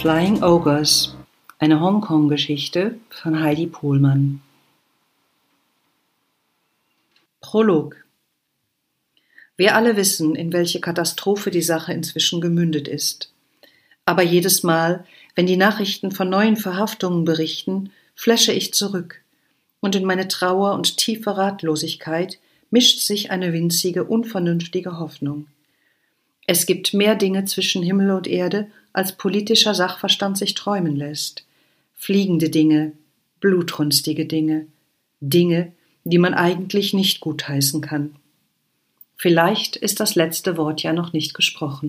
Flying Ogres, eine Hongkong-Geschichte von Heidi Pohlmann. Prolog. Wir alle wissen, in welche Katastrophe die Sache inzwischen gemündet ist. Aber jedes Mal, wenn die Nachrichten von neuen Verhaftungen berichten, fläche ich zurück, und in meine Trauer und tiefe Ratlosigkeit mischt sich eine winzige, unvernünftige Hoffnung. Es gibt mehr Dinge zwischen Himmel und Erde, als politischer Sachverstand sich träumen lässt. Fliegende Dinge, blutrünstige Dinge, Dinge, die man eigentlich nicht gutheißen kann. Vielleicht ist das letzte Wort ja noch nicht gesprochen.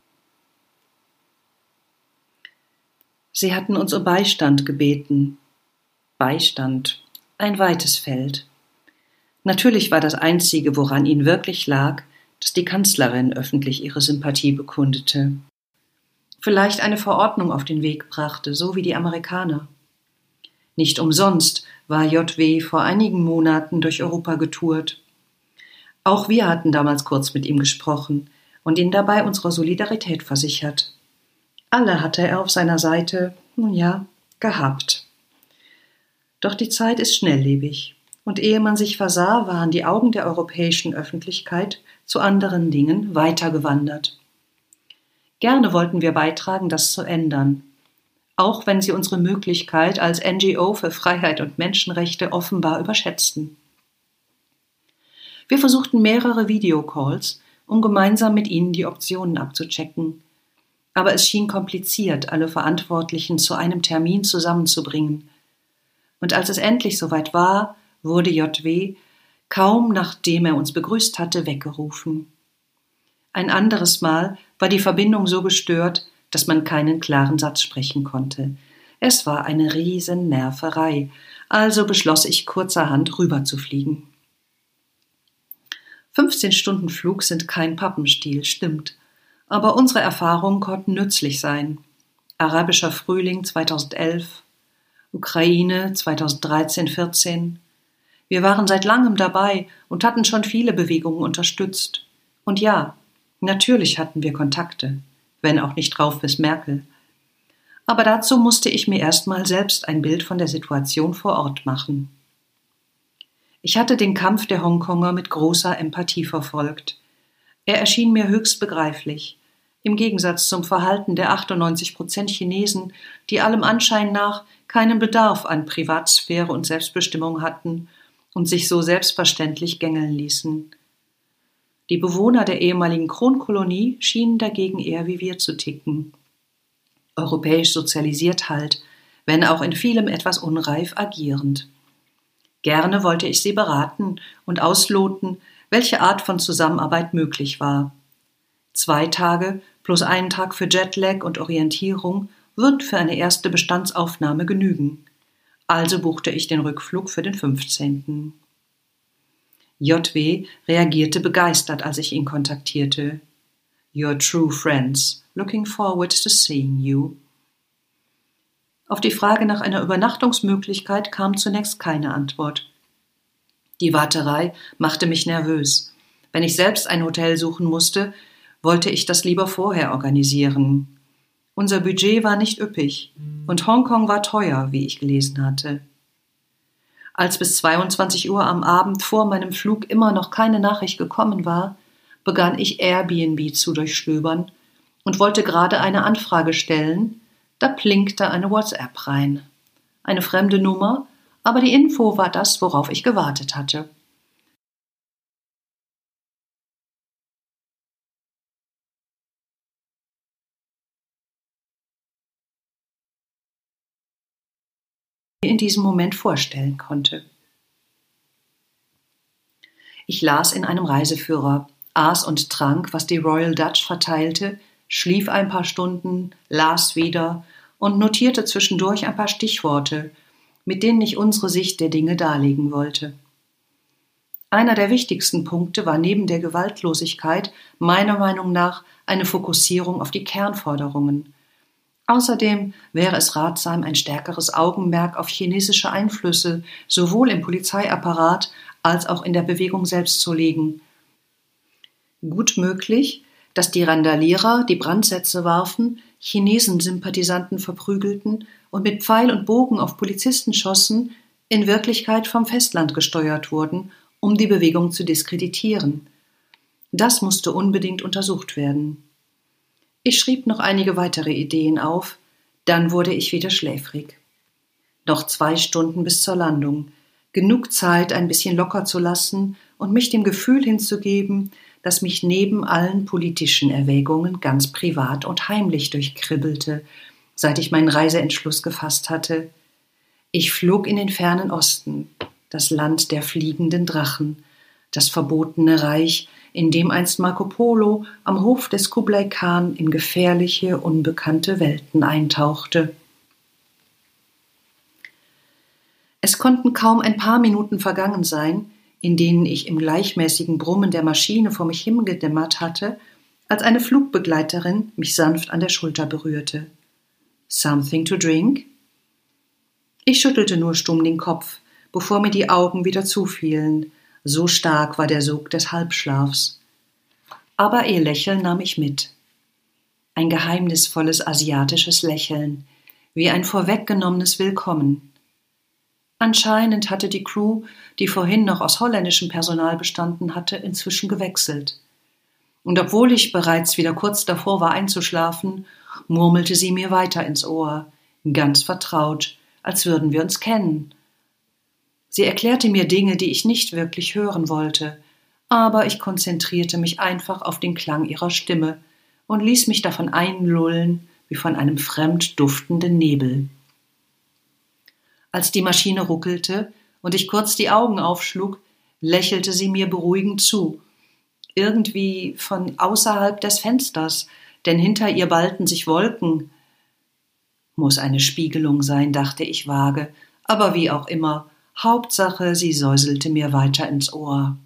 Sie hatten uns um Beistand gebeten. Beistand, ein weites Feld. Natürlich war das Einzige, woran ihnen wirklich lag, dass die Kanzlerin öffentlich ihre Sympathie bekundete. Vielleicht eine Verordnung auf den Weg brachte, so wie die Amerikaner. Nicht umsonst war JW vor einigen Monaten durch Europa getourt. Auch wir hatten damals kurz mit ihm gesprochen und ihn dabei unserer Solidarität versichert. Alle hatte er auf seiner Seite, gehabt. Doch die Zeit ist schnelllebig, und ehe man sich versah, waren die Augen der europäischen Öffentlichkeit zu anderen Dingen weitergewandert. Gerne wollten wir beitragen, das zu ändern, auch wenn sie unsere Möglichkeit als NGO für Freiheit und Menschenrechte offenbar überschätzten. Wir versuchten mehrere Videocalls, um gemeinsam mit ihnen die Optionen abzuchecken, aber es schien kompliziert, alle Verantwortlichen zu einem Termin zusammenzubringen. Und als es endlich soweit war, wurde JW, kaum nachdem er uns begrüßt hatte, weggerufen. Ein anderes Mal war die Verbindung so gestört, dass man keinen klaren Satz sprechen konnte. Es war eine riesen Nerverei, also beschloss ich kurzerhand rüberzufliegen. 15 Stunden Flug sind kein Pappenstiel, stimmt, aber unsere Erfahrungen konnten nützlich sein. Arabischer Frühling 2011, Ukraine 2013-14. Wir waren seit langem dabei und hatten schon viele Bewegungen unterstützt. Und ja, natürlich hatten wir Kontakte, wenn auch nicht drauf bis Merkel. Aber dazu musste ich mir erstmal selbst ein Bild von der Situation vor Ort machen. Ich hatte den Kampf der Hongkonger mit großer Empathie verfolgt. Er erschien mir höchst begreiflich, im Gegensatz zum Verhalten der 98% Chinesen, die allem Anschein nach keinen Bedarf an Privatsphäre und Selbstbestimmung hatten und sich so selbstverständlich gängeln ließen. Die Bewohner der ehemaligen Kronkolonie schienen dagegen eher wie wir zu ticken. Europäisch sozialisiert halt, wenn auch in vielem etwas unreif agierend. Gerne wollte ich sie beraten und ausloten, welche Art von Zusammenarbeit möglich war. 2 Tage plus einen Tag für Jetlag und Orientierung würden für eine erste Bestandsaufnahme genügen. Also buchte ich den Rückflug für den 15. JW reagierte begeistert, als ich ihn kontaktierte. Your true friends. Looking forward to seeing you. Auf die Frage nach einer Übernachtungsmöglichkeit kam zunächst keine Antwort. Die Warterei machte mich nervös. Wenn ich selbst ein Hotel suchen musste, wollte ich das lieber vorher organisieren. Unser Budget war nicht üppig und Hongkong war teuer, wie ich gelesen hatte. Als bis 22 Uhr am Abend vor meinem Flug immer noch keine Nachricht gekommen war, begann ich Airbnb zu durchstöbern und wollte gerade eine Anfrage stellen, da blinkte eine WhatsApp rein. Eine fremde Nummer, aber die Info war das, worauf ich gewartet hatte. In diesem Moment vorstellen konnte. Ich las in einem Reiseführer, aß und trank, was die Royal Dutch verteilte, schlief ein paar Stunden, las wieder und notierte zwischendurch ein paar Stichworte, mit denen ich unsere Sicht der Dinge darlegen wollte. Einer der wichtigsten Punkte war neben der Gewaltlosigkeit meiner Meinung nach eine Fokussierung auf die Kernforderungen. Außerdem wäre es ratsam, ein stärkeres Augenmerk auf chinesische Einflüsse sowohl im Polizeiapparat als auch in der Bewegung selbst zu legen. Gut möglich, dass die Randalierer, die Brandsätze warfen, Chinesen-Sympathisanten verprügelten und mit Pfeil und Bogen auf Polizisten schossen, in Wirklichkeit vom Festland gesteuert wurden, um die Bewegung zu diskreditieren. Das musste unbedingt untersucht werden. Ich schrieb noch einige weitere Ideen auf, dann wurde ich wieder schläfrig. Noch 2 Stunden bis zur Landung, genug Zeit, ein bisschen locker zu lassen und mich dem Gefühl hinzugeben, das mich neben allen politischen Erwägungen ganz privat und heimlich durchkribbelte, seit ich meinen Reiseentschluss gefasst hatte. Ich flog in den fernen Osten, das Land der fliegenden Drachen, das verbotene Reich, in dem einst Marco Polo am Hof des Kublai Khan in gefährliche, unbekannte Welten eintauchte. Es konnten kaum ein paar Minuten vergangen sein, in denen ich im gleichmäßigen Brummen der Maschine vor mich hingedämmert hatte, als eine Flugbegleiterin mich sanft an der Schulter berührte. »Something to drink?« Ich schüttelte nur stumm den Kopf, bevor mir die Augen wieder zufielen. So stark war der Sog des Halbschlafs. Aber ihr Lächeln nahm ich mit. Ein geheimnisvolles asiatisches Lächeln, wie ein vorweggenommenes Willkommen. Anscheinend hatte die Crew, die vorhin noch aus holländischem Personal bestanden hatte, inzwischen gewechselt. Und obwohl ich bereits wieder kurz davor war einzuschlafen, murmelte sie mir weiter ins Ohr, ganz vertraut, als würden wir uns kennen. Sie erklärte mir Dinge, die ich nicht wirklich hören wollte, aber ich konzentrierte mich einfach auf den Klang ihrer Stimme und ließ mich davon einlullen, wie von einem fremd duftenden Nebel. Als die Maschine ruckelte und ich kurz die Augen aufschlug, lächelte sie mir beruhigend zu, irgendwie von außerhalb des Fensters, denn hinter ihr ballten sich Wolken. Muss eine Spiegelung sein, dachte ich vage, aber wie auch immer, Hauptsache, sie säuselte mir weiter ins Ohr.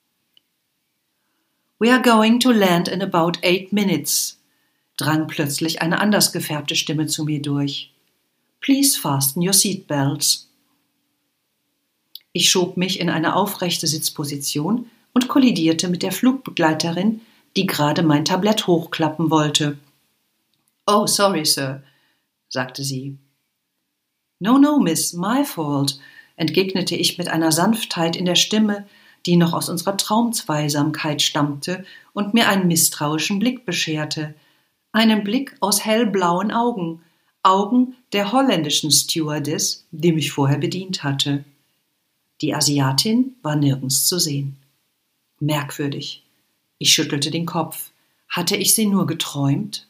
»We are going to land in about 8 minutes«, drang plötzlich eine anders gefärbte Stimme zu mir durch. »Please fasten your seatbelts.« Ich schob mich in eine aufrechte Sitzposition und kollidierte mit der Flugbegleiterin, die gerade mein Tablett hochklappen wollte. »Oh, sorry, Sir«, sagte sie. »No, Miss, my fault«, entgegnete ich mit einer Sanftheit in der Stimme, die noch aus unserer Traumzweisamkeit stammte und mir einen misstrauischen Blick bescherte. Einen Blick aus hellblauen Augen, Augen der holländischen Stewardess, die mich vorher bedient hatte. Die Asiatin war nirgends zu sehen. Merkwürdig. Ich schüttelte den Kopf. Hatte ich sie nur geträumt?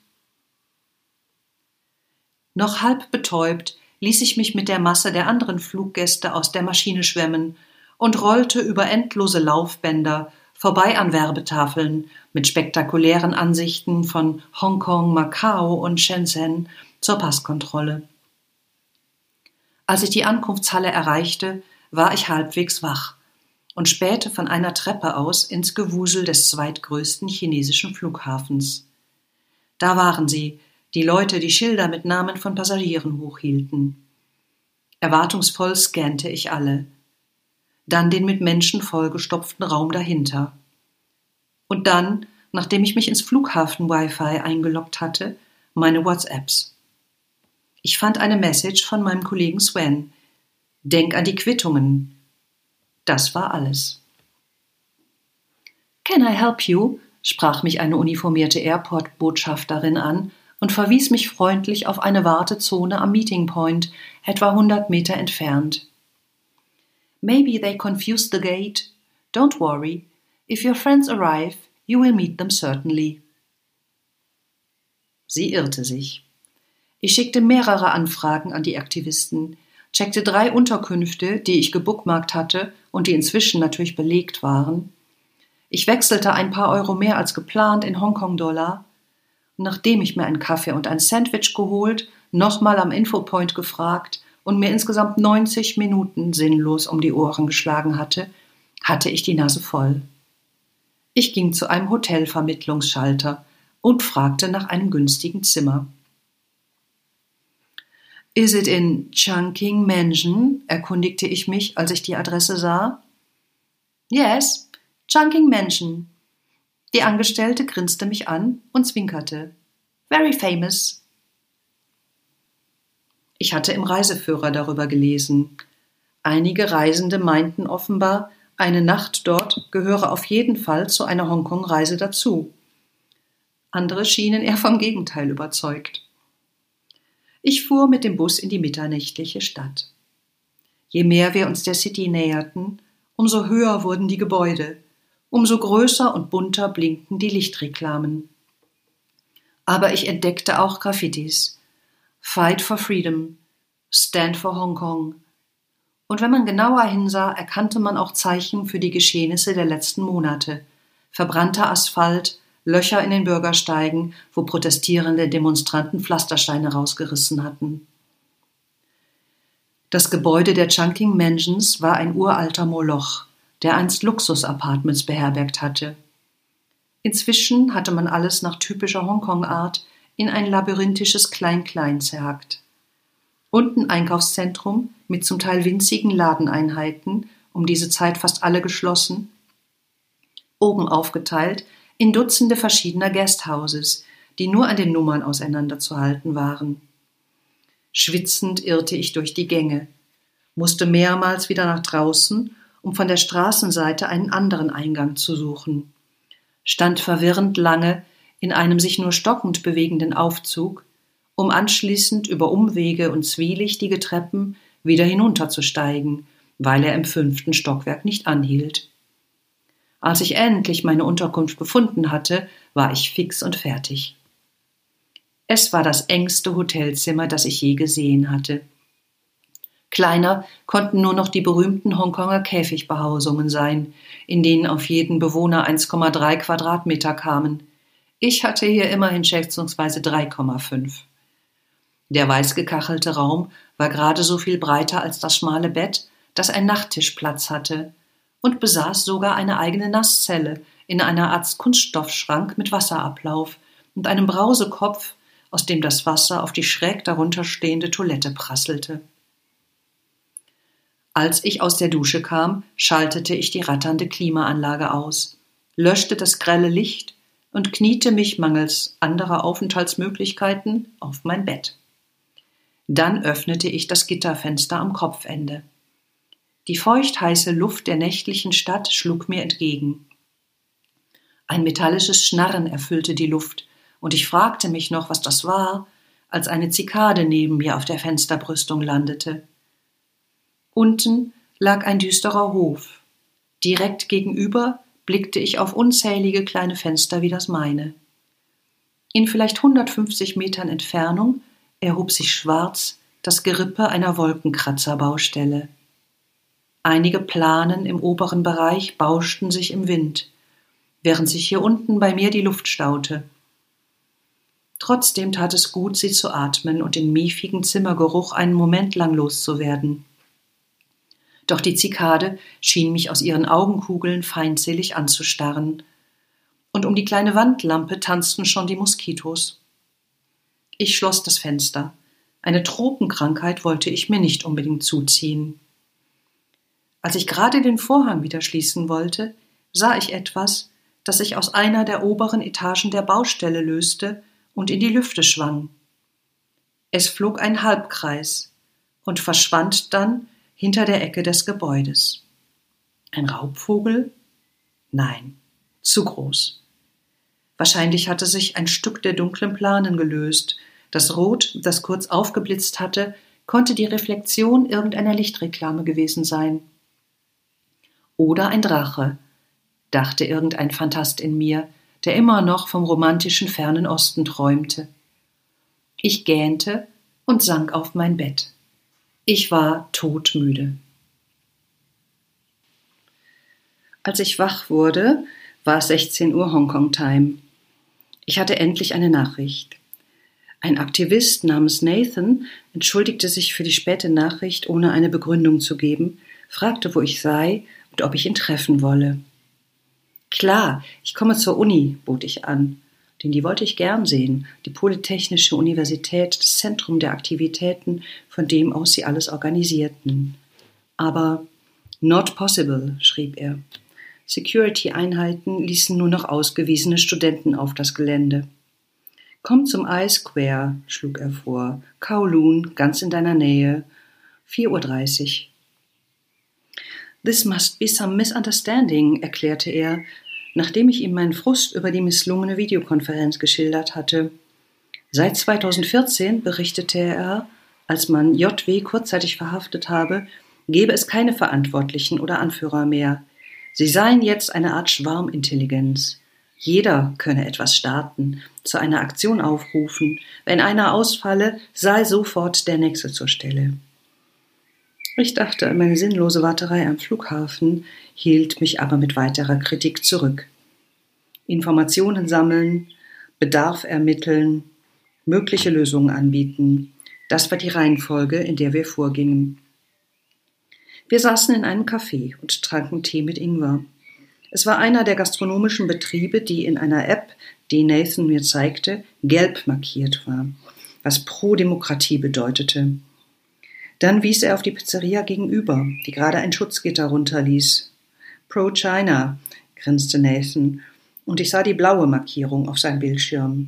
Noch halb betäubt ließ ich mich mit der Masse der anderen Fluggäste aus der Maschine schwemmen und rollte über endlose Laufbänder, vorbei an Werbetafeln mit spektakulären Ansichten von Hongkong, Macau und Shenzhen zur Passkontrolle. Als ich die Ankunftshalle erreichte, war ich halbwegs wach und spähte von einer Treppe aus ins Gewusel des zweitgrößten chinesischen Flughafens. Da waren sie, die Leute, die Schilder mit Namen von Passagieren hochhielten. Erwartungsvoll scannte ich alle. Dann den mit Menschen vollgestopften Raum dahinter. Und dann, nachdem ich mich ins Flughafen-Wi-Fi eingeloggt hatte, meine WhatsApps. Ich fand eine Message von meinem Kollegen Sven. Denk an die Quittungen. Das war alles. »Can I help you?« sprach mich eine uniformierte Airport-Botschafterin an und verwies mich freundlich auf eine Wartezone am Meeting Point, etwa 100 Meter entfernt. »Maybe they confused the gate. Don't worry. If your friends arrive, you will meet them certainly.« Sie irrte sich. Ich schickte mehrere Anfragen an die Aktivisten, checkte 3 Unterkünfte, die ich gebookmarkt hatte und die inzwischen natürlich belegt waren. Ich wechselte ein paar Euro mehr als geplant in Hongkong-Dollar. Nachdem ich mir einen Kaffee und ein Sandwich geholt, nochmal am Infopoint gefragt und mir insgesamt 90 Minuten sinnlos um die Ohren geschlagen hatte, hatte ich die Nase voll. Ich ging zu einem Hotelvermittlungsschalter und fragte nach einem günstigen Zimmer. »Is it in Chungking Mansion?« erkundigte ich mich, als ich die Adresse sah. »Yes, Chungking Mansion.« Die Angestellte grinste mich an und zwinkerte. »Very famous.« Ich hatte im Reiseführer darüber gelesen. Einige Reisende meinten offenbar, eine Nacht dort gehöre auf jeden Fall zu einer Hongkong-Reise dazu. Andere schienen eher vom Gegenteil überzeugt. Ich fuhr mit dem Bus in die mitternächtliche Stadt. Je mehr wir uns der City näherten, umso höher wurden die Gebäude, umso größer und bunter blinkten die Lichtreklamen. Aber ich entdeckte auch Graffitis. Fight for Freedom, Stand for Hong Kong. Und wenn man genauer hinsah, erkannte man auch Zeichen für die Geschehnisse der letzten Monate. Verbrannter Asphalt, Löcher in den Bürgersteigen, wo protestierende Demonstranten Pflastersteine rausgerissen hatten. Das Gebäude der Chungking Mansions war ein uralter Moloch, der einst Luxus-Apartments beherbergt hatte. Inzwischen hatte man alles nach typischer Hongkong-Art in ein labyrinthisches Klein-Klein zerhackt. Unten Einkaufszentrum mit zum Teil winzigen Ladeneinheiten, um diese Zeit fast alle geschlossen, oben aufgeteilt in Dutzende verschiedener Guesthouses, die nur an den Nummern auseinanderzuhalten waren. Schwitzend irrte ich durch die Gänge, musste mehrmals wieder nach draußen, um von der Straßenseite einen anderen Eingang zu suchen, stand verwirrend lange in einem sich nur stockend bewegenden Aufzug, um anschließend über Umwege und zwielichtige Treppen wieder hinunterzusteigen, weil er im 5. Stockwerk nicht anhielt. Als ich endlich meine Unterkunft gefunden hatte, war ich fix und fertig. Es war das engste Hotelzimmer, das ich je gesehen hatte. Kleiner konnten nur noch die berühmten Hongkonger Käfigbehausungen sein, in denen auf jeden Bewohner 1,3 Quadratmeter kamen. Ich hatte hier immerhin schätzungsweise 3,5. Der weiß gekachelte Raum war gerade so viel breiter als das schmale Bett, das ein Nachttisch Platz hatte, und besaß sogar eine eigene Nasszelle in einer Art Kunststoffschrank mit Wasserablauf und einem Brausekopf, aus dem das Wasser auf die schräg darunter stehende Toilette prasselte. Als ich aus der Dusche kam, schaltete ich die ratternde Klimaanlage aus, löschte das grelle Licht und kniete mich mangels anderer Aufenthaltsmöglichkeiten auf mein Bett. Dann öffnete ich das Gitterfenster am Kopfende. Die feuchtheiße Luft der nächtlichen Stadt schlug mir entgegen. Ein metallisches Schnarren erfüllte die Luft, und ich fragte mich noch, was das war, als eine Zikade neben mir auf der Fensterbrüstung landete. Unten lag ein düsterer Hof. Direkt gegenüber blickte ich auf unzählige kleine Fenster wie das meine. In vielleicht 150 Metern Entfernung erhob sich schwarz das Gerippe einer Wolkenkratzer-Baustelle. Einige Planen im oberen Bereich bauschten sich im Wind, während sich hier unten bei mir die Luft staute. Trotzdem tat es gut, sie zu atmen und den miefigen Zimmergeruch einen Moment lang loszuwerden. Doch die Zikade schien mich aus ihren Augenkugeln feindselig anzustarren, und um die kleine Wandlampe tanzten schon die Moskitos. Ich schloss das Fenster. Eine Tropenkrankheit wollte ich mir nicht unbedingt zuziehen. Als ich gerade den Vorhang wieder schließen wollte, sah ich etwas, das sich aus einer der oberen Etagen der Baustelle löste und in die Lüfte schwang. Es flog ein Halbkreis und verschwand dann hinter der Ecke des Gebäudes. Ein Raubvogel? Nein, zu groß. Wahrscheinlich hatte sich ein Stück der dunklen Planen gelöst. Das Rot, das kurz aufgeblitzt hatte, konnte die Reflexion irgendeiner Lichtreklame gewesen sein. Oder ein Drache, dachte irgendein Phantast in mir, der immer noch vom romantischen fernen Osten träumte. Ich gähnte und sank auf mein Bett. Ich war todmüde. Als ich wach wurde, war es 16 Uhr Hongkong-Time. Ich hatte endlich eine Nachricht. Ein Aktivist namens Nathan entschuldigte sich für die späte Nachricht, ohne eine Begründung zu geben, fragte, wo ich sei und ob ich ihn treffen wolle. Klar, ich komme zur Uni, bot ich an, denn die wollte ich gern sehen, die Polytechnische Universität, das Zentrum der Aktivitäten, von dem aus sie alles organisierten. Aber not possible, schrieb er. Security-Einheiten ließen nur noch ausgewiesene Studenten auf das Gelände. Komm zum I-Square, schlug er vor. Kowloon, ganz in deiner Nähe. 4:30 Uhr. This must be some misunderstanding, erklärte er, nachdem ich ihm meinen Frust über die misslungene Videokonferenz geschildert hatte. Seit 2014, berichtete er, als man JW kurzzeitig verhaftet habe, gebe es keine Verantwortlichen oder Anführer mehr. Sie seien jetzt eine Art Schwarmintelligenz. Jeder könne etwas starten, zu einer Aktion aufrufen. Wenn einer ausfalle, sei sofort der Nächste zur Stelle. Ich dachte an meine sinnlose Warterei am Flughafen, hielt mich aber mit weiterer Kritik zurück. Informationen sammeln, Bedarf ermitteln, mögliche Lösungen anbieten. Das war die Reihenfolge, in der wir vorgingen. Wir saßen in einem Café und tranken Tee mit Ingwer. Es war einer der gastronomischen Betriebe, die in einer App, die Nathan mir zeigte, gelb markiert war, was Pro-Demokratie bedeutete. Dann wies er auf die Pizzeria gegenüber, die gerade ein Schutzgitter runterließ. Pro-China, grinste Nathan, und ich sah die blaue Markierung auf seinem Bildschirm.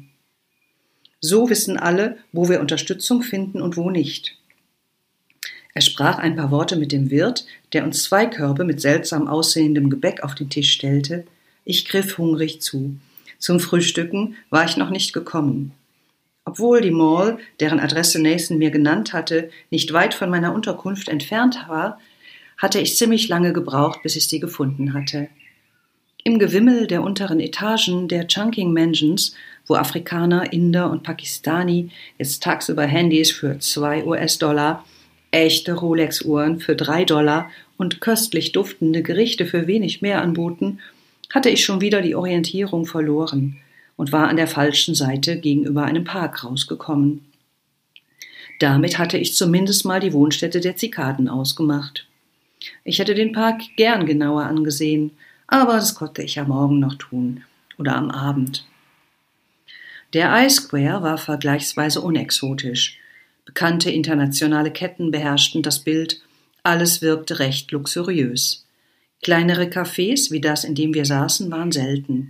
So wissen alle, wo wir Unterstützung finden und wo nicht. Er sprach ein paar Worte mit dem Wirt, der uns 2 Körbe mit seltsam aussehendem Gebäck auf den Tisch stellte. Ich griff hungrig zu. Zum Frühstücken war ich noch nicht gekommen. Obwohl die Mall, deren Adresse Nathan mir genannt hatte, nicht weit von meiner Unterkunft entfernt war, hatte ich ziemlich lange gebraucht, bis ich sie gefunden hatte. Im Gewimmel der unteren Etagen der Chungking Mansions, wo Afrikaner, Inder und Pakistani jetzt tagsüber Handys für $2, echte Rolex-Uhren für $3 und köstlich duftende Gerichte für wenig mehr anboten, hatte ich schon wieder die Orientierung verloren und war an der falschen Seite gegenüber einem Park rausgekommen. Damit hatte ich zumindest mal die Wohnstätte der Zikaden ausgemacht. Ich hätte den Park gern genauer angesehen, aber das konnte ich ja morgen noch tun oder am Abend. Der I-Square war vergleichsweise unexotisch. Bekannte internationale Ketten beherrschten das Bild, alles wirkte recht luxuriös. Kleinere Cafés wie das, in dem wir saßen, waren selten.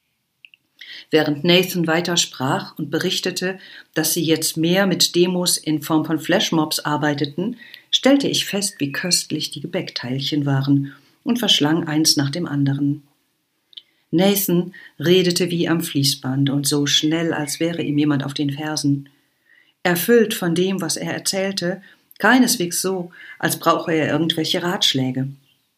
Während Nathan weitersprach und berichtete, dass sie jetzt mehr mit Demos in Form von Flashmobs arbeiteten, stellte ich fest, wie köstlich die Gebäckteilchen waren und verschlang eins nach dem anderen. Nathan redete wie am Fließband und so schnell, als wäre ihm jemand auf den Fersen. Erfüllt von dem, was er erzählte, keineswegs so, als brauche er irgendwelche Ratschläge.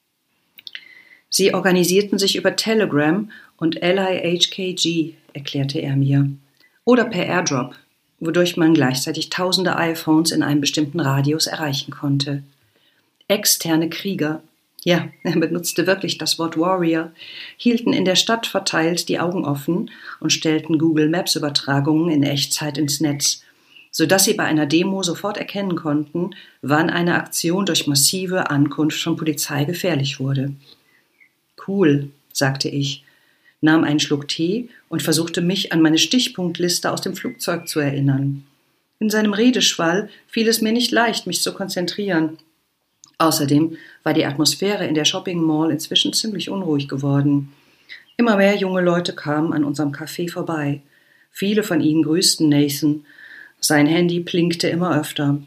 Sie organisierten sich über Telegram und LIHKG, erklärte er mir, oder per Airdrop, wodurch man gleichzeitig tausende iPhones in einem bestimmten Radius erreichen konnte. Externe Krieger, ja, er benutzte wirklich das Wort Warrior, hielten in der Stadt verteilt die Augen offen und stellten Google Maps Übertragungen in Echtzeit ins Netz, sodass sie bei einer Demo sofort erkennen konnten, wann eine Aktion durch massive Ankunft von Polizei gefährlich wurde. Cool, sagte ich, nahm einen Schluck Tee und versuchte mich an meine Stichpunktliste aus dem Flugzeug zu erinnern. In seinem Redeschwall fiel es mir nicht leicht, mich zu konzentrieren. Außerdem war die Atmosphäre in der Shopping Mall inzwischen ziemlich unruhig geworden. Immer mehr junge Leute kamen an unserem Café vorbei. Viele von ihnen grüßten Nathan. Sein Handy blinkte immer öfter.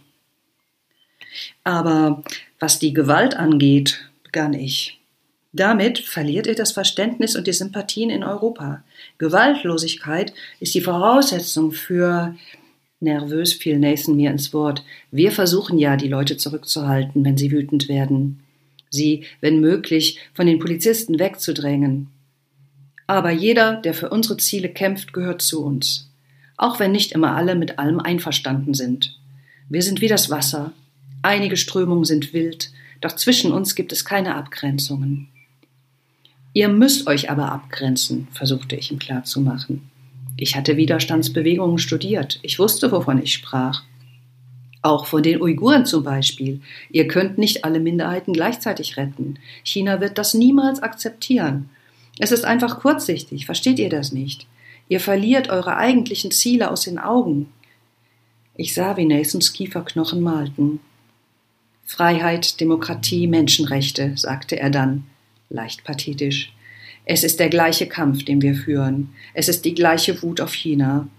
Aber was die Gewalt angeht, begann ich. Damit verliert ihr das Verständnis und die Sympathien in Europa. Gewaltlosigkeit ist die Voraussetzung für... Nervös fiel Nathan mir ins Wort. Wir versuchen ja, die Leute zurückzuhalten, wenn sie wütend werden. Sie, wenn möglich, von den Polizisten wegzudrängen. Aber jeder, der für unsere Ziele kämpft, gehört zu uns. Auch wenn nicht immer alle mit allem einverstanden sind. Wir sind wie das Wasser. Einige Strömungen sind wild, doch zwischen uns gibt es keine Abgrenzungen. Ihr müsst euch aber abgrenzen, versuchte ich ihm klarzumachen. Ich hatte Widerstandsbewegungen studiert. Ich wusste, wovon ich sprach. Auch von den Uiguren zum Beispiel. Ihr könnt nicht alle Minderheiten gleichzeitig retten. China wird das niemals akzeptieren. Es ist einfach kurzsichtig. Versteht ihr das nicht? Ihr verliert eure eigentlichen Ziele aus den Augen. Ich sah, wie Nathans Kieferknochen malten. Freiheit, Demokratie, Menschenrechte, sagte er dann, leicht pathetisch. Es ist der gleiche Kampf, den wir führen. Es ist die gleiche Wut auf China.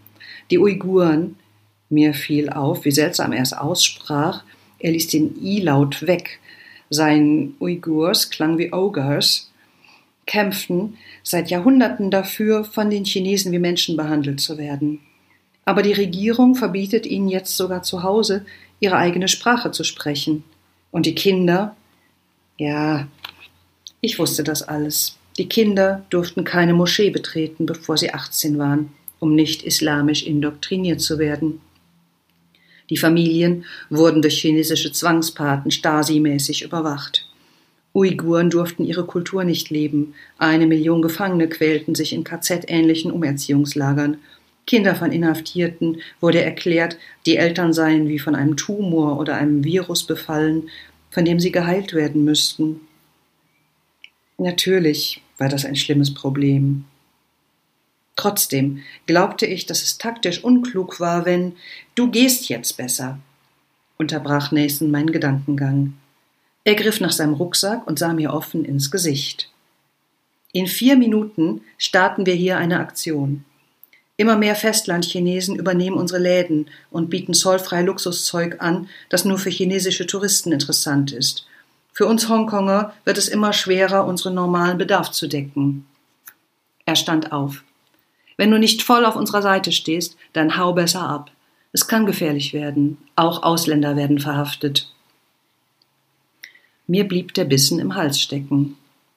Die Uiguren, mir fiel auf, wie seltsam er es aussprach, er ließ den I-Laut weg. Sein Uigurs klang wie Ogres, kämpften seit Jahrhunderten dafür, von den Chinesen wie Menschen behandelt zu werden. Aber die Regierung verbietet ihnen jetzt sogar zu Hause, ihre eigene Sprache zu sprechen. Und die Kinder, ja, ich wusste das alles. Die Kinder durften keine Moschee betreten, bevor sie 18 waren, um nicht islamisch indoktriniert zu werden. Die Familien wurden durch chinesische Zwangspaten Stasi-mäßig überwacht. Uiguren durften ihre Kultur nicht leben. 1 Million Gefangene quälten sich in KZ-ähnlichen Umerziehungslagern. Kinder von Inhaftierten wurde erklärt, die Eltern seien wie von einem Tumor oder einem Virus befallen, von dem sie geheilt werden müssten. Natürlich war das ein schlimmes Problem. Trotzdem glaubte ich, dass es taktisch unklug war, wenn »Du gehst jetzt besser«, unterbrach Nathan meinen Gedankengang. Er griff nach seinem Rucksack und sah mir offen ins Gesicht. In 4 Minuten starten wir hier eine Aktion. Immer mehr Festlandchinesen übernehmen unsere Läden und bieten zollfrei Luxuszeug an, das nur für chinesische Touristen interessant ist. Für uns Hongkonger wird es immer schwerer, unseren normalen Bedarf zu decken. Er stand auf. Wenn du nicht voll auf unserer Seite stehst, dann hau besser ab. Es kann gefährlich werden. Auch Ausländer werden verhaftet. Mir blieb der Bissen im Hals stecken.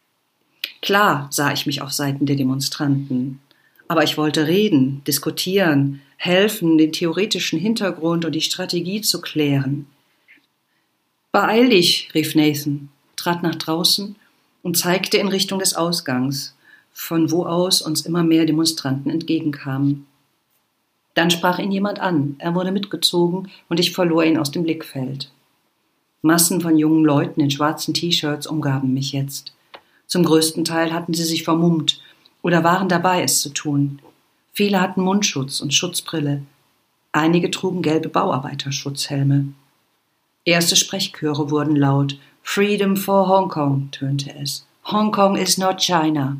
Klar sah ich mich auf Seiten der Demonstranten. Aber ich wollte reden, diskutieren, helfen, den theoretischen Hintergrund und die Strategie zu klären. »Beeil dich«, rief Nathan, trat nach draußen und zeigte in Richtung des Ausgangs, von wo aus uns immer mehr Demonstranten entgegenkamen. Dann sprach ihn jemand an, er wurde mitgezogen und ich verlor ihn aus dem Blickfeld. Massen von jungen Leuten in schwarzen T-Shirts umgaben mich jetzt. Zum größten Teil hatten sie sich vermummt oder waren dabei, es zu tun. Viele hatten Mundschutz und Schutzbrille. Einige trugen gelbe Bauarbeiterschutzhelme. Erste Sprechchöre wurden laut. »Freedom for Hong Kong«, tönte es. »Hong Kong is not China.«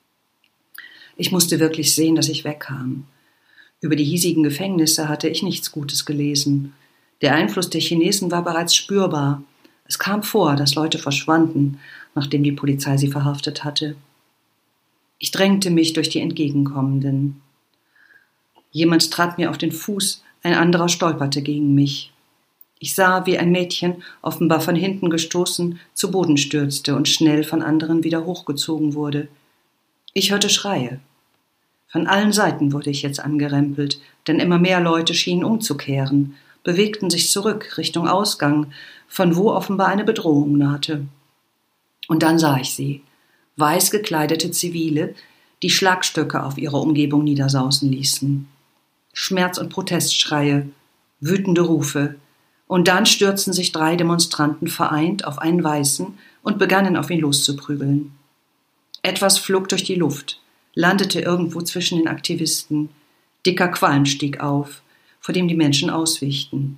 Ich musste wirklich sehen, dass ich wegkam. Über die hiesigen Gefängnisse hatte ich nichts Gutes gelesen. Der Einfluss der Chinesen war bereits spürbar. Es kam vor, dass Leute verschwanden, nachdem die Polizei sie verhaftet hatte. Ich drängte mich durch die Entgegenkommenden. Jemand trat mir auf den Fuß, ein anderer stolperte gegen mich. Ich sah, wie ein Mädchen, offenbar von hinten gestoßen, zu Boden stürzte und schnell von anderen wieder hochgezogen wurde. Ich hörte Schreie. Von allen Seiten wurde ich jetzt angerempelt, denn immer mehr Leute schienen umzukehren, bewegten sich zurück Richtung Ausgang, von wo offenbar eine Bedrohung nahte. Und dann sah ich sie, weiß gekleidete Zivile, die Schlagstöcke auf ihre Umgebung niedersausen ließen. Schmerz- und Protestschreie, wütende Rufe, und dann stürzten sich 3 Demonstranten vereint auf einen Weißen und begannen auf ihn loszuprügeln. Etwas flog durch die Luft, landete irgendwo zwischen den Aktivisten. Dicker Qualm stieg auf, vor dem die Menschen auswichen.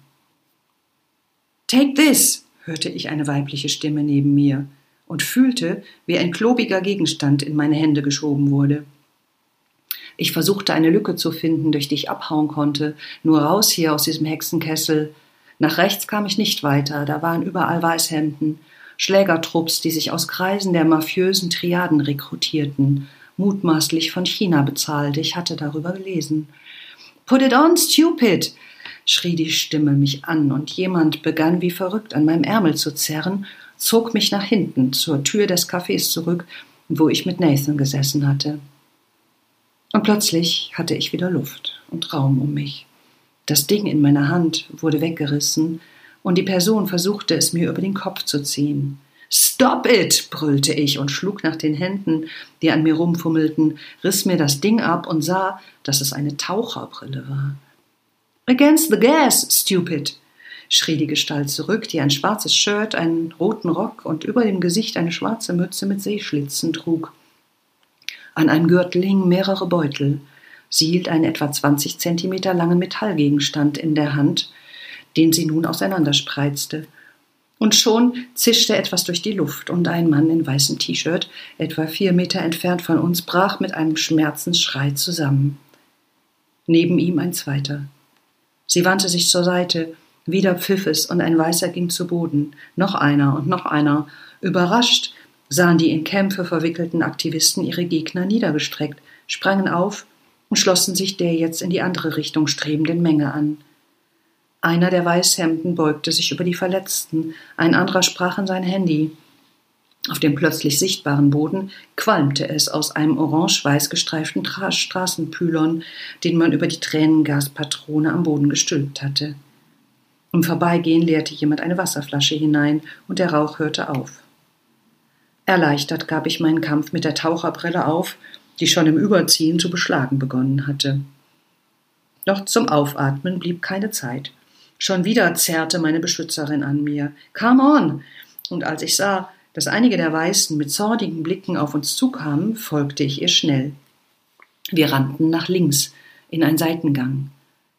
»Take this«, hörte ich eine weibliche Stimme neben mir und fühlte, wie ein klobiger Gegenstand in meine Hände geschoben wurde. Ich versuchte, eine Lücke zu finden, durch die ich abhauen konnte, nur raus hier aus diesem Hexenkessel. Nach rechts kam ich nicht weiter, da waren überall Weißhemden, Schlägertrupps, die sich aus Kreisen der mafiösen Triaden rekrutierten, mutmaßlich von China bezahlt, ich hatte darüber gelesen. »Put it on, stupid«, schrie die Stimme mich an, und jemand begann wie verrückt an meinem Ärmel zu zerren, zog mich nach hinten zur Tür des Cafés zurück, wo ich mit Nathan gesessen hatte. Und plötzlich hatte ich wieder Luft und Raum um mich. Das Ding in meiner Hand wurde weggerissen, und die Person versuchte, es mir über den Kopf zu ziehen. »Stop it«, brüllte ich und schlug nach den Händen, die an mir rumfummelten, riss mir das Ding ab und sah, dass es eine Taucherbrille war. »Against the gas, stupid«, schrie die Gestalt zurück, die ein schwarzes Shirt, einen roten Rock und über dem Gesicht eine schwarze Mütze mit Seeschlitzen trug. An einem Gürtel hingen mehrere Beutel. Sie hielt einen etwa 20 Zentimeter langen Metallgegenstand in der Hand, den sie nun auseinanderspreizte. Und schon zischte etwas durch die Luft, und ein Mann in weißem T-Shirt, etwa 4 Meter entfernt von uns, brach mit einem Schmerzensschrei zusammen. Neben ihm ein zweiter. Sie wandte sich zur Seite, wieder pfiff es und ein Weißer ging zu Boden. Noch einer und noch einer. Überrascht sahen die in Kämpfe verwickelten Aktivisten ihre Gegner niedergestreckt, sprangen auf und schlossen sich der jetzt in die andere Richtung strebenden Menge an. Einer der Weißhemden beugte sich über die Verletzten, ein anderer sprach in sein Handy. Auf dem plötzlich sichtbaren Boden qualmte es aus einem orange-weiß gestreiften Straßenpylon, den man über die Tränengaspatrone am Boden gestülpt hatte. Im Vorbeigehen leerte jemand eine Wasserflasche hinein und der Rauch hörte auf. Erleichtert gab ich meinen Kampf mit der Taucherbrille auf, die schon im Überziehen zu beschlagen begonnen hatte. Doch zum Aufatmen blieb keine Zeit. Schon wieder zerrte meine Beschützerin an mir. »Come on!« Und als ich sah, dass einige der Weißen mit zornigen Blicken auf uns zukamen, folgte ich ihr schnell. Wir rannten nach links, in einen Seitengang.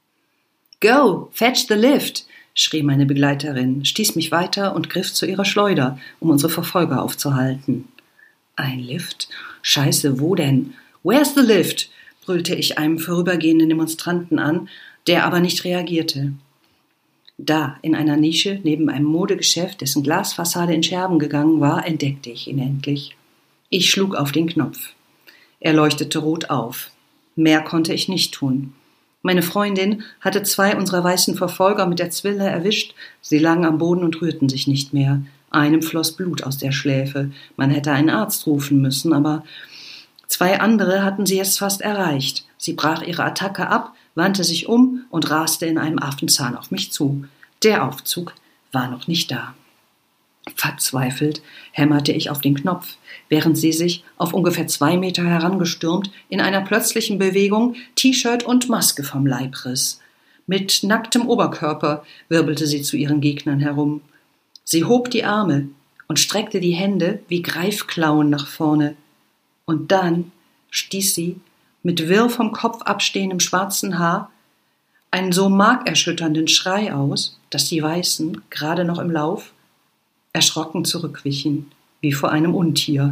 »Go, fetch the lift«, schrie meine Begleiterin, stieß mich weiter und griff zu ihrer Schleuder, um unsere Verfolger aufzuhalten. »Ein Lift? Scheiße, wo denn? Where's the lift?« brüllte ich einem vorübergehenden Demonstranten an, der aber nicht reagierte. Da, in einer Nische neben einem Modegeschäft, dessen Glasfassade in Scherben gegangen war, entdeckte ich ihn endlich. Ich schlug auf den Knopf. Er leuchtete rot auf. Mehr konnte ich nicht tun. Meine Freundin hatte 2 unserer weißen Verfolger mit der Zwille erwischt. Sie lagen am Boden und rührten sich nicht mehr. Einem floss Blut aus der Schläfe. Man hätte einen Arzt rufen müssen, aber 2 andere hatten sie jetzt fast erreicht. Sie brach ihre Attacke ab, wandte sich um und raste in einem Affenzahn auf mich zu. Der Aufzug war noch nicht da. Verzweifelt hämmerte ich auf den Knopf, während sie sich auf ungefähr 2 Meter herangestürmt in einer plötzlichen Bewegung T-Shirt und Maske vom Leib riss. Mit nacktem Oberkörper wirbelte sie zu ihren Gegnern herum. Sie hob die Arme und streckte die Hände wie Greifklauen nach vorne. Und dann stieß sie mit wirr vom Kopf abstehendem schwarzen Haar einen so markerschütternden Schrei aus, dass die Weißen, gerade noch im Lauf, erschrocken zurückwichen, wie vor einem Untier.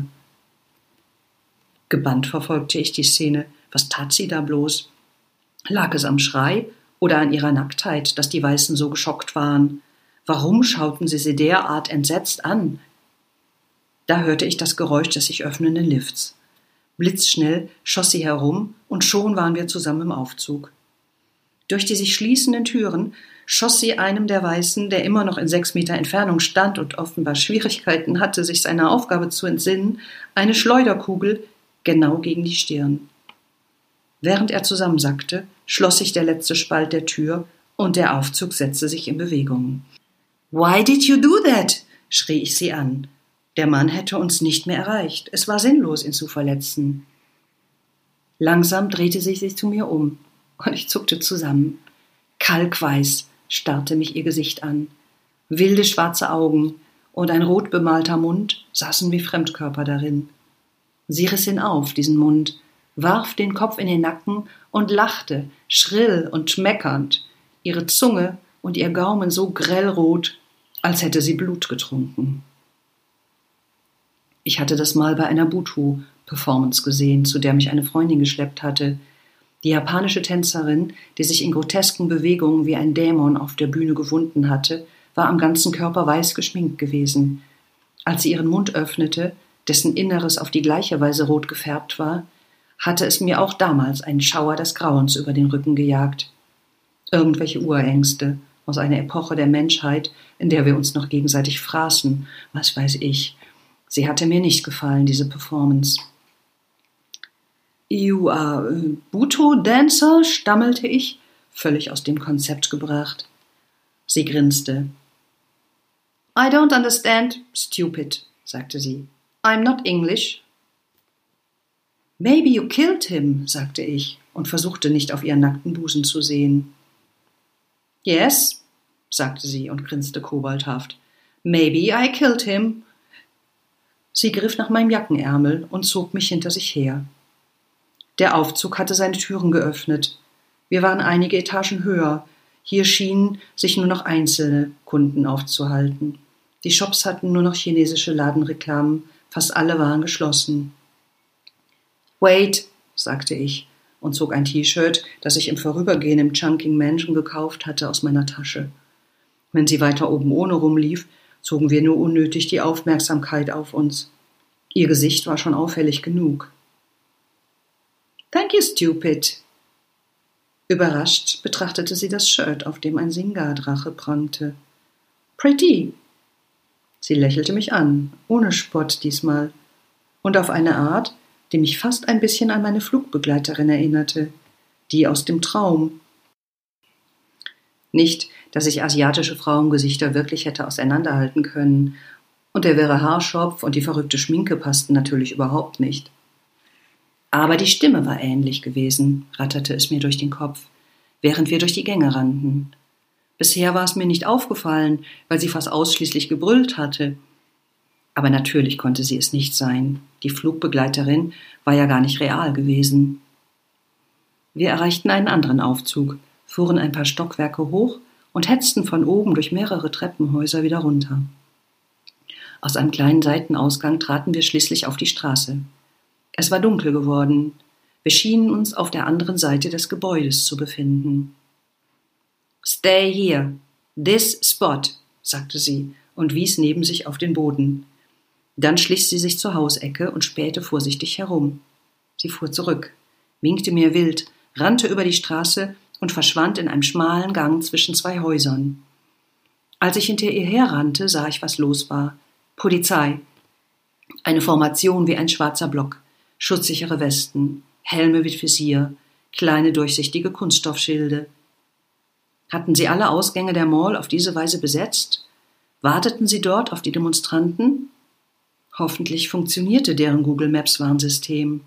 Gebannt verfolgte ich die Szene. Was tat sie da bloß? Lag es am Schrei oder an ihrer Nacktheit, dass die Weißen so geschockt waren? Warum schauten sie derart entsetzt an? Da hörte ich das Geräusch des sich öffnenden Lifts. Blitzschnell schoss sie herum und schon waren wir zusammen im Aufzug. Durch die sich schließenden Türen schoss sie einem der Weißen, der immer noch in 6 Meter Entfernung stand und offenbar Schwierigkeiten hatte, sich seiner Aufgabe zu entsinnen, eine Schleuderkugel genau gegen die Stirn. Während er zusammensackte, schloss sich der letzte Spalt der Tür und der Aufzug setzte sich in Bewegung. »Why did you do that?« schrie ich sie an. Der Mann hätte uns nicht mehr erreicht. Es war sinnlos, ihn zu verletzen. Langsam drehte sie sich zu mir um, und ich zuckte zusammen. Kalkweiß starrte mich ihr Gesicht an. Wilde schwarze Augen und ein rot bemalter Mund saßen wie Fremdkörper darin. Sie riss ihn auf, diesen Mund, warf den Kopf in den Nacken und lachte, schrill und schmeckernd, ihre Zunge und ihr Gaumen so grellrot, als hätte sie Blut getrunken. Ich hatte das mal bei einer Butoh-Performance gesehen, zu der mich eine Freundin geschleppt hatte. Die japanische Tänzerin, die sich in grotesken Bewegungen wie ein Dämon auf der Bühne gewunden hatte, war am ganzen Körper weiß geschminkt gewesen. Als sie ihren Mund öffnete, dessen Inneres auf die gleiche Weise rot gefärbt war, hatte es mir auch damals einen Schauer des Grauens über den Rücken gejagt. Irgendwelche Urängste aus einer Epoche der Menschheit, in der wir uns noch gegenseitig fraßen, was weiß ich. Sie hatte mir nicht gefallen, diese Performance. »You are Butoh-Dancer?« stammelte ich, völlig aus dem Konzept gebracht. Sie grinste. »I don't understand, stupid«, sagte sie. »I'm not English.« »Maybe you killed him«, sagte ich und versuchte nicht auf ihren nackten Busen zu sehen. »Yes«, sagte sie und grinste koboldhaft. »Maybe I killed him.« Sie griff nach meinem Jackenärmel und zog mich hinter sich her. Der Aufzug hatte seine Türen geöffnet. Wir waren einige Etagen höher. Hier schienen sich nur noch einzelne Kunden aufzuhalten. Die Shops hatten nur noch chinesische Ladenreklamen. Fast alle waren geschlossen. »Wait«, sagte ich und zog ein T-Shirt, das ich im Vorübergehen im Chungking Mansion gekauft hatte, aus meiner Tasche. Wenn sie weiter oben ohne rumlief, zogen wir nur unnötig die Aufmerksamkeit auf uns. Ihr Gesicht war schon auffällig genug. »Thank you, stupid!« Überrascht betrachtete sie das Shirt, auf dem ein Singar-Drache prangte. »Pretty!« Sie lächelte mich an, ohne Spott diesmal, und auf eine Art, die mich fast ein bisschen an meine Flugbegleiterin erinnerte, die aus dem Traum. Nicht, dass ich asiatische Frauengesichter wirklich hätte auseinanderhalten können, und der wirre Haarschopf und die verrückte Schminke passten natürlich überhaupt nicht. Aber die Stimme war ähnlich gewesen, ratterte es mir durch den Kopf, während wir durch die Gänge rannten. Bisher war es mir nicht aufgefallen, weil sie fast ausschließlich gebrüllt hatte. Aber natürlich konnte sie es nicht sein. Die Flugbegleiterin war ja gar nicht real gewesen. Wir erreichten einen anderen Aufzug, fuhren ein paar Stockwerke hoch und hetzten von oben durch mehrere Treppenhäuser wieder runter. Aus einem kleinen Seitenausgang traten wir schließlich auf die Straße. Es war dunkel geworden. Wir schienen uns auf der anderen Seite des Gebäudes zu befinden. »Stay here, this spot«, sagte sie und wies neben sich auf den Boden. Dann schlich sie sich zur Hausecke und spähte vorsichtig herum. Sie fuhr zurück, winkte mir wild, rannte über die Straße und verschwand in einem schmalen Gang zwischen zwei Häusern. Als ich hinter ihr herrannte, sah ich, was los war. Polizei. Eine Formation wie ein schwarzer Block. Schutzsichere Westen, Helme mit Visier, kleine durchsichtige Kunststoffschilde. Hatten sie alle Ausgänge der Mall auf diese Weise besetzt? Warteten sie dort auf die Demonstranten? Hoffentlich funktionierte deren Google Maps Warnsystem.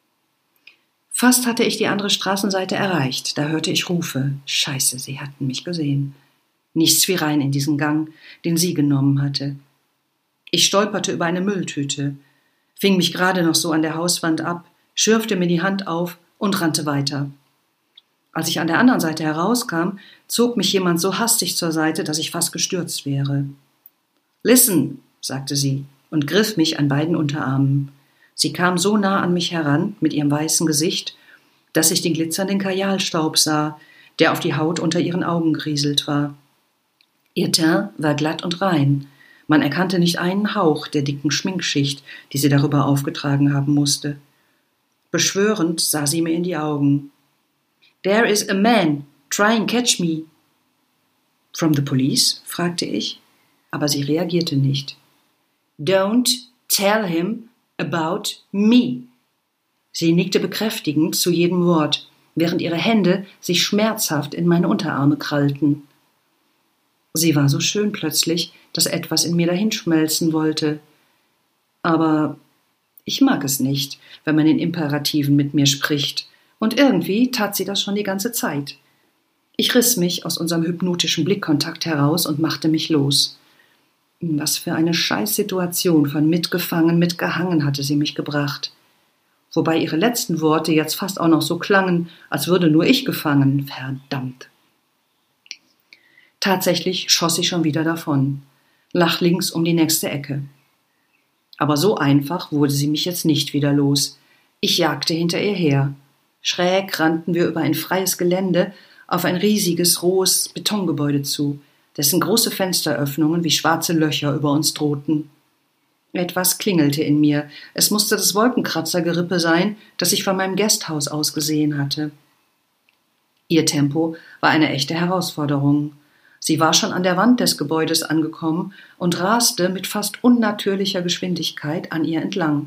Fast hatte ich die andere Straßenseite erreicht, da hörte ich Rufe. Scheiße, sie hatten mich gesehen. Nichts wie rein in diesen Gang, den sie genommen hatte. Ich stolperte über eine Mülltüte, fing mich gerade noch so an der Hauswand ab, schürfte mir die Hand auf und rannte weiter. Als ich an der anderen Seite herauskam, zog mich jemand so hastig zur Seite, dass ich fast gestürzt wäre. »Listen«, sagte sie und griff mich an beiden Unterarmen. Sie kam so nah an mich heran mit ihrem weißen Gesicht, dass ich den glitzernden Kajalstaub sah, der auf die Haut unter ihren Augen gerieselt war. Ihr Teint war glatt und rein. Man erkannte nicht einen Hauch der dicken Schminkschicht, die sie darüber aufgetragen haben musste. Beschwörend sah sie mir in die Augen. »There is a man. Try and catch me.« »From the police?« fragte ich, aber sie reagierte nicht. »Don't tell him about me.« Sie nickte bekräftigend zu jedem Wort, während ihre Hände sich schmerzhaft in meine Unterarme krallten. Sie war so schön plötzlich, dass etwas in mir dahinschmelzen wollte. Aber ich mag es nicht, wenn man in Imperativen mit mir spricht, und irgendwie tat sie das schon die ganze Zeit. Ich riss mich aus unserem hypnotischen Blickkontakt heraus und machte mich los. Was für eine Scheißsituation von mitgefangen, mitgehangen hatte sie mich gebracht. Wobei ihre letzten Worte jetzt fast auch noch so klangen, als würde nur ich gefangen. Verdammt. Tatsächlich schoss sie schon wieder davon, lachlinks um die nächste Ecke. Aber so einfach wurde sie mich jetzt nicht wieder los. Ich jagte hinter ihr her. Schräg rannten wir über ein freies Gelände auf ein riesiges, rohes Betongebäude zu, dessen große Fensteröffnungen wie schwarze Löcher über uns drohten. Etwas klingelte in mir. Es musste das Wolkenkratzergerippe sein, das ich von meinem Gasthaus aus gesehen hatte. Ihr Tempo war eine echte Herausforderung. Sie war schon an der Wand des Gebäudes angekommen und raste mit fast unnatürlicher Geschwindigkeit an ihr entlang.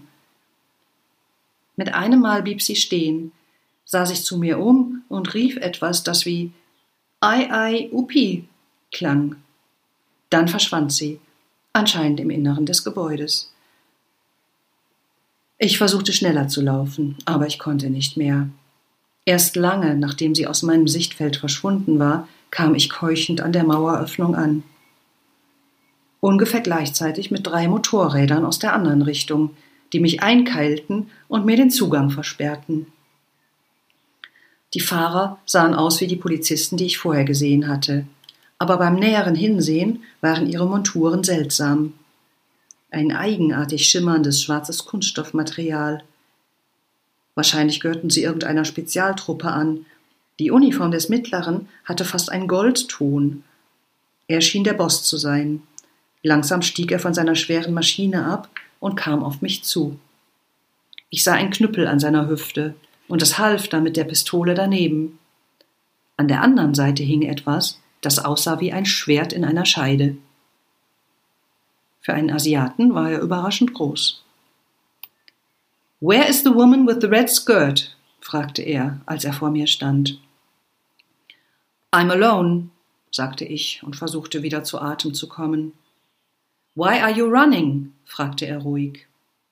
Mit einem Mal blieb sie stehen, sah sich zu mir um und rief etwas, das wie »Ai, ai, upi« klang. Dann verschwand sie, anscheinend im Inneren des Gebäudes. Ich versuchte schneller zu laufen, aber ich konnte nicht mehr. Erst lange, nachdem sie aus meinem Sichtfeld verschwunden war, kam ich keuchend an der Maueröffnung an. Ungefähr gleichzeitig mit 3 Motorrädern aus der anderen Richtung, die mich einkeilten und mir den Zugang versperrten. Die Fahrer sahen aus wie die Polizisten, die ich vorher gesehen hatte, aber beim näheren Hinsehen waren ihre Monturen seltsam. Ein eigenartig schimmerndes schwarzes Kunststoffmaterial. Wahrscheinlich gehörten sie irgendeiner Spezialtruppe an. Die Uniform des Mittleren hatte fast einen Goldton. Er schien der Boss zu sein. Langsam stieg er von seiner schweren Maschine ab und kam auf mich zu. Ich sah einen Knüppel an seiner Hüfte und das Halfter mit der Pistole daneben. An der anderen Seite hing etwas, das aussah wie ein Schwert in einer Scheide. Für einen Asiaten war er überraschend groß. »Where is the woman with the red skirt?« fragte er, als er vor mir stand. »I'm alone«, sagte ich und versuchte wieder zu Atem zu kommen. »Why are you running?« fragte er ruhig.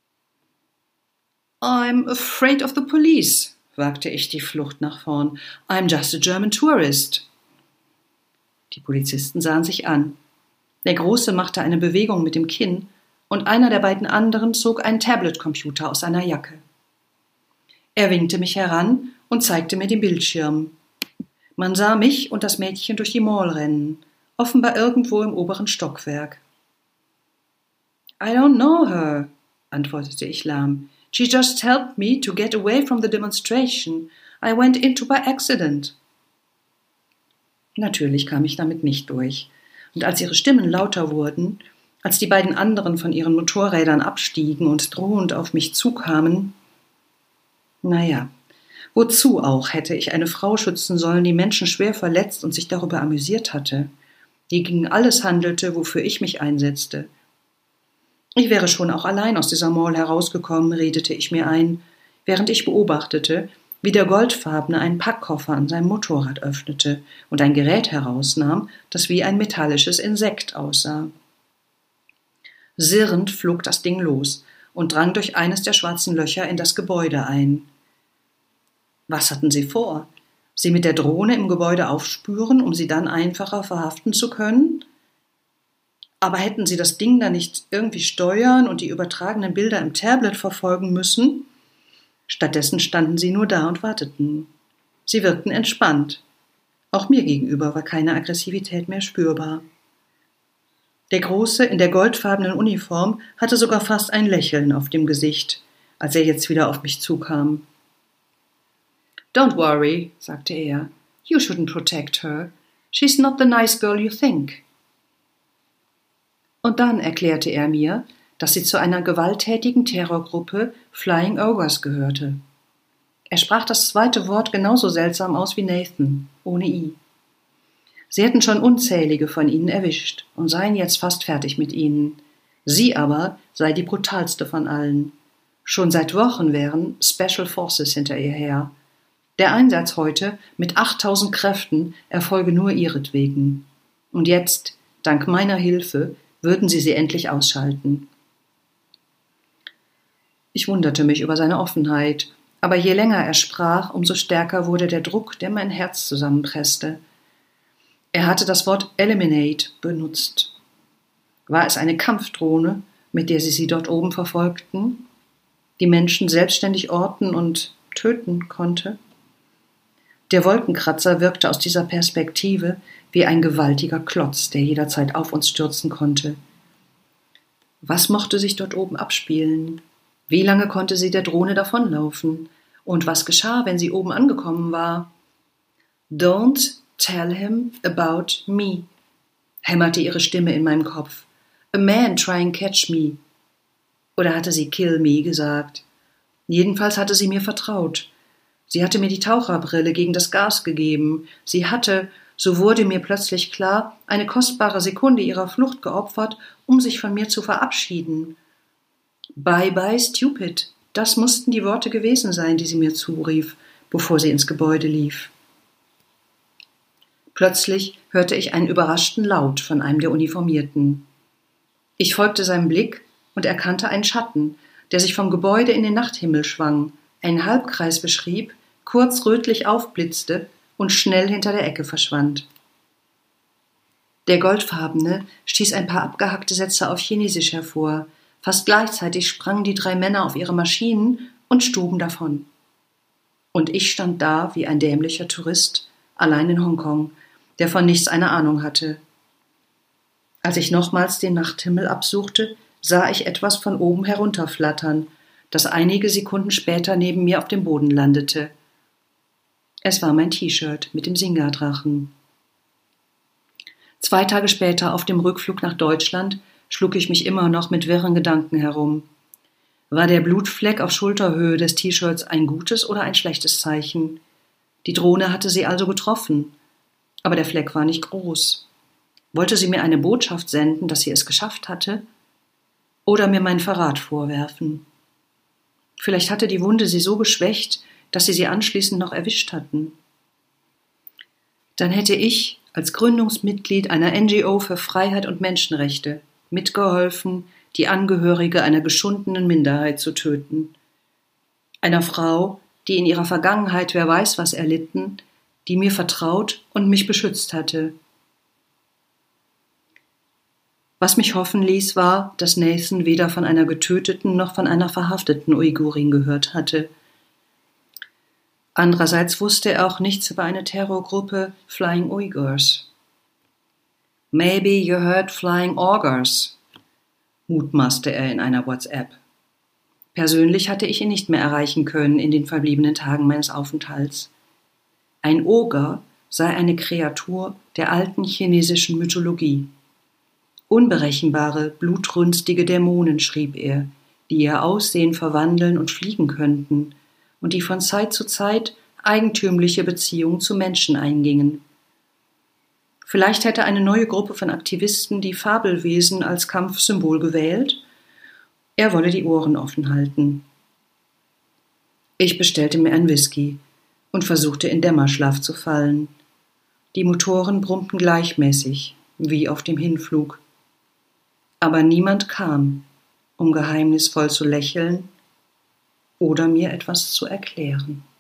»I'm afraid of the police«, wagte ich die Flucht nach vorn. »I'm just a German tourist.« Die Polizisten sahen sich an. Der Große machte eine Bewegung mit dem Kinn und einer der beiden anderen zog einen Tablet-Computer aus seiner Jacke. Er winkte mich heran und zeigte mir den Bildschirm. Man sah mich und das Mädchen durch die Mall rennen, offenbar irgendwo im oberen Stockwerk. »I don't know her«, antwortete ich lahm. »She just helped me to get away from the demonstration. I went into by accident.« Natürlich kam ich damit nicht durch. Und als ihre Stimmen lauter wurden, als die beiden anderen von ihren Motorrädern abstiegen und drohend auf mich zukamen, naja, wozu auch hätte ich eine Frau schützen sollen, die Menschen schwer verletzt und sich darüber amüsiert hatte, die gegen alles handelte, wofür ich mich einsetzte. Ich wäre schon auch allein aus dieser Mall herausgekommen, redete ich mir ein, während ich beobachtete, wie der Goldfarbene einen Packkoffer an seinem Motorrad öffnete und ein Gerät herausnahm, das wie ein metallisches Insekt aussah. Sirrend flog das Ding los und drang durch eines der schwarzen Löcher in das Gebäude ein. Was hatten sie vor? Sie mit der Drohne im Gebäude aufspüren, um sie dann einfacher verhaften zu können? Aber hätten sie das Ding da nicht irgendwie steuern und die übertragenen Bilder im Tablet verfolgen müssen? Stattdessen standen sie nur da und warteten. Sie wirkten entspannt. Auch mir gegenüber war keine Aggressivität mehr spürbar. Der Große in der goldfarbenen Uniform hatte sogar fast ein Lächeln auf dem Gesicht, als er jetzt wieder auf mich zukam. »Don't worry«, sagte er. »You shouldn't protect her. She's not the nice girl you think.« Und dann erklärte er mir, dass sie zu einer gewalttätigen Terrorgruppe Flying Ogres gehörte. Er sprach das zweite Wort genauso seltsam aus wie Nathan, ohne I. Sie hätten schon unzählige von ihnen erwischt und seien jetzt fast fertig mit ihnen. Sie aber sei die brutalste von allen. Schon seit Wochen wären Special Forces hinter ihr her. Der Einsatz heute mit 8000 Kräften erfolge nur ihretwegen. Und jetzt, dank meiner Hilfe, würden sie endlich ausschalten. Ich wunderte mich über seine Offenheit, aber je länger er sprach, umso stärker wurde der Druck, der mein Herz zusammenpresste. Er hatte das Wort Eliminate benutzt. War es eine Kampfdrohne, mit der sie dort oben verfolgten, die Menschen selbstständig orten und töten konnte? Der Wolkenkratzer wirkte aus dieser Perspektive wie ein gewaltiger Klotz, der jederzeit auf uns stürzen konnte. Was mochte sich dort oben abspielen? Wie lange konnte sie der Drohne davonlaufen? Und was geschah, wenn sie oben angekommen war? »Don't tell him about me«, hämmerte ihre Stimme in meinem Kopf. »A man try and catch me.« Oder hatte sie »kill me« gesagt? Jedenfalls hatte sie mir vertraut. Sie hatte mir die Taucherbrille gegen das Gas gegeben. Sie hatte, so wurde mir plötzlich klar, eine kostbare Sekunde ihrer Flucht geopfert, um sich von mir zu verabschieden. »Bye bye, stupid«, das mussten die Worte gewesen sein, die sie mir zurief, bevor sie ins Gebäude lief. Plötzlich hörte ich einen überraschten Laut von einem der Uniformierten. Ich folgte seinem Blick und erkannte einen Schatten, der sich vom Gebäude in den Nachthimmel schwang, einen Halbkreis beschrieb, kurz rötlich aufblitzte und schnell hinter der Ecke verschwand. Der Goldfarbene stieß ein paar abgehackte Sätze auf Chinesisch hervor. Fast gleichzeitig sprangen die 3 Männer auf ihre Maschinen und stoben davon. Und ich stand da wie ein dämlicher Tourist, allein in Hongkong, der von nichts eine Ahnung hatte. Als ich nochmals den Nachthimmel absuchte, sah ich etwas von oben herunterflattern, das einige Sekunden später neben mir auf dem Boden landete. Es war mein T-Shirt mit dem Singa-Drachen. 2 Tage später auf dem Rückflug nach Deutschland schlug ich mich immer noch mit wirren Gedanken herum. War der Blutfleck auf Schulterhöhe des T-Shirts ein gutes oder ein schlechtes Zeichen? Die Drohne hatte sie also getroffen, aber der Fleck war nicht groß. Wollte sie mir eine Botschaft senden, dass sie es geschafft hatte? Oder mir meinen Verrat vorwerfen? Vielleicht hatte die Wunde sie so geschwächt, dass sie anschließend noch erwischt hatten. Dann hätte ich als Gründungsmitglied einer NGO für Freiheit und Menschenrechte mitgeholfen, die Angehörige einer geschundenen Minderheit zu töten. Einer Frau, die in ihrer Vergangenheit wer weiß was erlitten, die mir vertraut und mich beschützt hatte. Was mich hoffen ließ, war, dass Nathan weder von einer getöteten noch von einer verhafteten Uigurin gehört hatte. Andererseits wusste er auch nichts über eine Terrorgruppe Flying Uyghurs. Maybe you heard Flying Augurs, mutmaßte er in einer WhatsApp. Persönlich hatte ich ihn nicht mehr erreichen können in den verbliebenen Tagen meines Aufenthalts. Ein Oger sei eine Kreatur der alten chinesischen Mythologie. Unberechenbare, blutrünstige Dämonen, schrieb er, die ihr Aussehen verwandeln und fliegen könnten und die von Zeit zu Zeit eigentümliche Beziehungen zu Menschen eingingen. Vielleicht hätte eine neue Gruppe von Aktivisten die Fabelwesen als Kampfsymbol gewählt. Er wolle die Ohren offen halten. Ich bestellte mir ein Whisky und versuchte in Dämmerschlaf zu fallen. Die Motoren brummten gleichmäßig, wie auf dem Hinflug. Aber niemand kam, um geheimnisvoll zu lächeln oder mir etwas zu erklären.